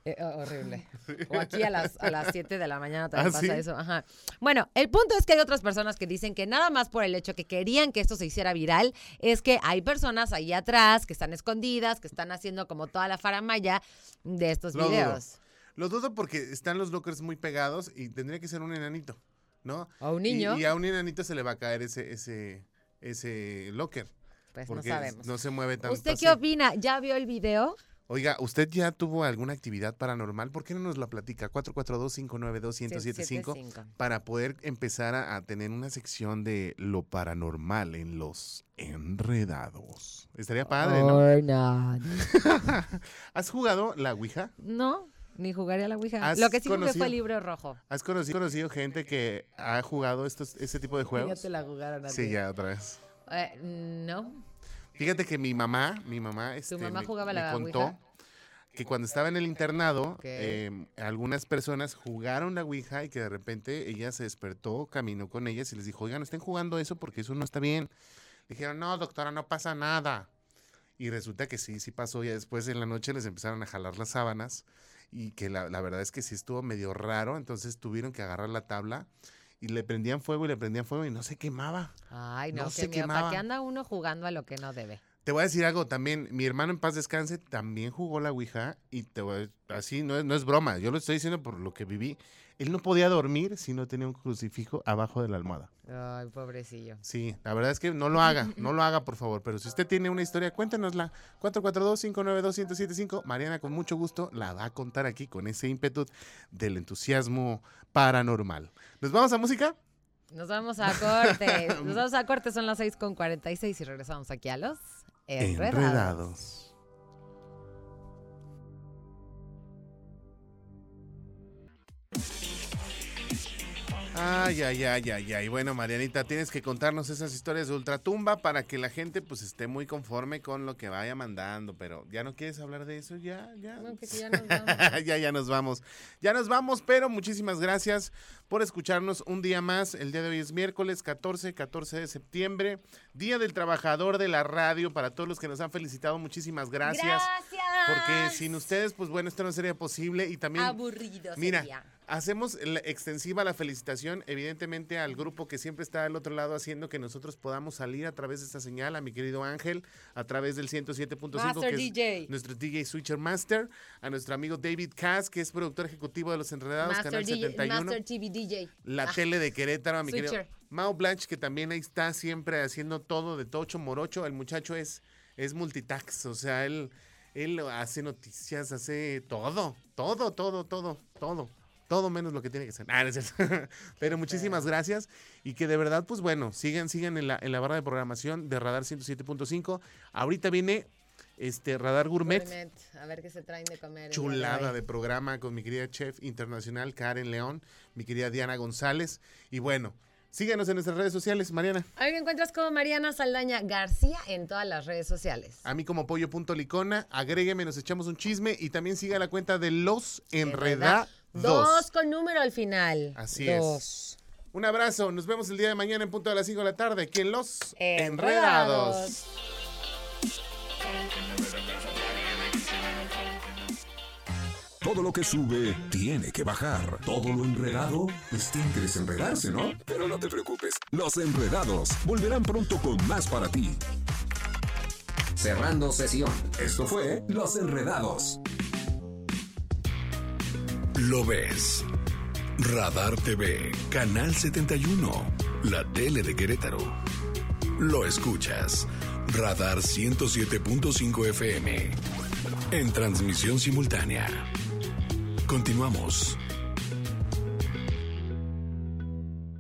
Eh, horrible. O aquí a las a las siete de la mañana también ¿Ah, pasa sí? eso. Ajá. Bueno, el punto es que hay otras personas que dicen que nada más por el hecho que querían que esto se hiciera viral, es que hay personas ahí atrás que están escondidas, que están haciendo como toda la faramaya de estos Lo videos. dudo. Lo dudo porque están los lockers muy pegados y tendría que ser un enanito, ¿no? O un niño. Y, y a un enanito se le va a caer ese ese ese locker. Pues no porque sabemos. no se mueve tanto. ¿Usted así. qué opina? ¿Ya vio el video? Oiga, ¿usted ya tuvo alguna actividad paranormal? ¿Por qué no nos la platica? cuatro cuatro dos, cinco nueve dos, uno cero siete cinco para poder empezar a, a tener una sección de lo paranormal en Los Enredados. Estaría padre, ¿no? Ay, no. ¿Has jugado la Ouija? No, ni jugaría a la Ouija. ¿Has Lo que sí jugué conocido- fue el libro rojo. ¿Has conocido, conocido gente que ha jugado estos, este tipo de juegos? Ya te la jugaron a Sí, ti. ya otra vez. Eh, no. Fíjate que mi mamá, mi mamá, este, mamá me, jugaba me la contó Ouija? que cuando estaba en el internado, Ok. eh, algunas personas jugaron la Ouija y que de repente ella se despertó, caminó con ellas y les dijo, oigan, no estén jugando eso porque eso no está bien. Dijeron, no, doctora, no pasa nada. Y resulta que sí, sí pasó. Ya después en la noche les empezaron a jalar las sábanas y que la, la verdad es que sí estuvo medio raro. Entonces tuvieron que agarrar la tabla y le prendían fuego y le prendían fuego y no se quemaba. Ay, no, No qué se miedo. ¿Para quemaba. qué anda uno jugando a lo que no debe? Te voy a decir algo también. Mi hermano en paz descanse también jugó la Ouija y te voy a- así no es, no es broma. Yo lo estoy diciendo por lo que viví. Él no podía dormir si no tenía un crucifijo abajo de la almohada. Ay, pobrecillo. Sí, la verdad es que no lo haga, no lo haga por favor. Pero si usted tiene una historia, cuéntenosla. cuatro cuatro dos, cinco nueve dos, uno cero siete cinco. Mariana con mucho gusto la va a contar aquí con ese ímpetu del entusiasmo paranormal. ¿Nos vamos a música? Nos vamos a corte. Nos vamos a corte, son las seis con cuarenta y seis y regresamos aquí a los Enredados. Enredados. Ay, ay, ay, ay, ay. Bueno, Marianita, tienes que contarnos esas historias de ultratumba para que la gente pues esté muy conforme con lo que vaya mandando. Pero ¿ya no quieres hablar de eso? Ya, ya. No, que sí, ya nos vamos. ya, ya nos vamos. Ya nos vamos, pero muchísimas gracias por escucharnos un día más. El día de hoy es miércoles catorce, catorce de septiembre, Día del Trabajador de la Radio. Para todos los que nos han felicitado, muchísimas gracias. Gracias. Porque sin ustedes, pues bueno, esto no sería posible. Y también, Aburrido mira, sería. hacemos la- extensiva la felicitación, evidentemente, al grupo que siempre está al otro lado haciendo que nosotros podamos salir a través de esta señal, a mi querido Ángel, a través del ciento siete punto cinco, Master que es D J. nuestro D J Switcher Master, a nuestro amigo David Cass, que es productor ejecutivo de Los Enredados, Master, Canal D J, setenta y uno, Master T V D J. la Ah, tele de Querétaro, a mi querido Switcher. Mau Blanche, que también ahí está siempre haciendo todo de tocho morocho. El muchacho es, es multitax, o sea, él, él hace noticias, hace todo, todo, todo, todo, todo. Todo menos lo que tiene que ser. Ah, no es cierto. Pero muchísimas gracias. Y que de verdad, pues bueno, sigan, sigan en la, en la barra de programación de Radar ciento siete punto cinco. Ahorita viene este Radar Gourmet. Gourmet. A ver qué se traen de comer. el día de Chulada hoy. de programa con mi querida chef internacional Karen León, mi querida Diana González. Y bueno, síganos en nuestras redes sociales, Mariana. A mí me encuentras como Mariana Saldaña García en todas las redes sociales. A mí como pollo.licona, agrégueme, nos echamos un chisme y también siga la cuenta de Los Enredados. Dos con número al final. Así Dos. es. Un abrazo, nos vemos el día de mañana en punto de las cinco de la tarde, aquí en Los Enredados. Enredados. Todo lo que sube tiene que bajar. Todo lo enredado, pues tiene que desenredarse, ¿no? Pero no te preocupes, Los Enredados volverán pronto con más para ti. Cerrando sesión. Esto fue Los Enredados. Lo ves. Radar T V, Canal setenta y uno, la tele de Querétaro. Lo escuchas. Radar ciento siete punto cinco F M. En transmisión simultánea. Continuamos.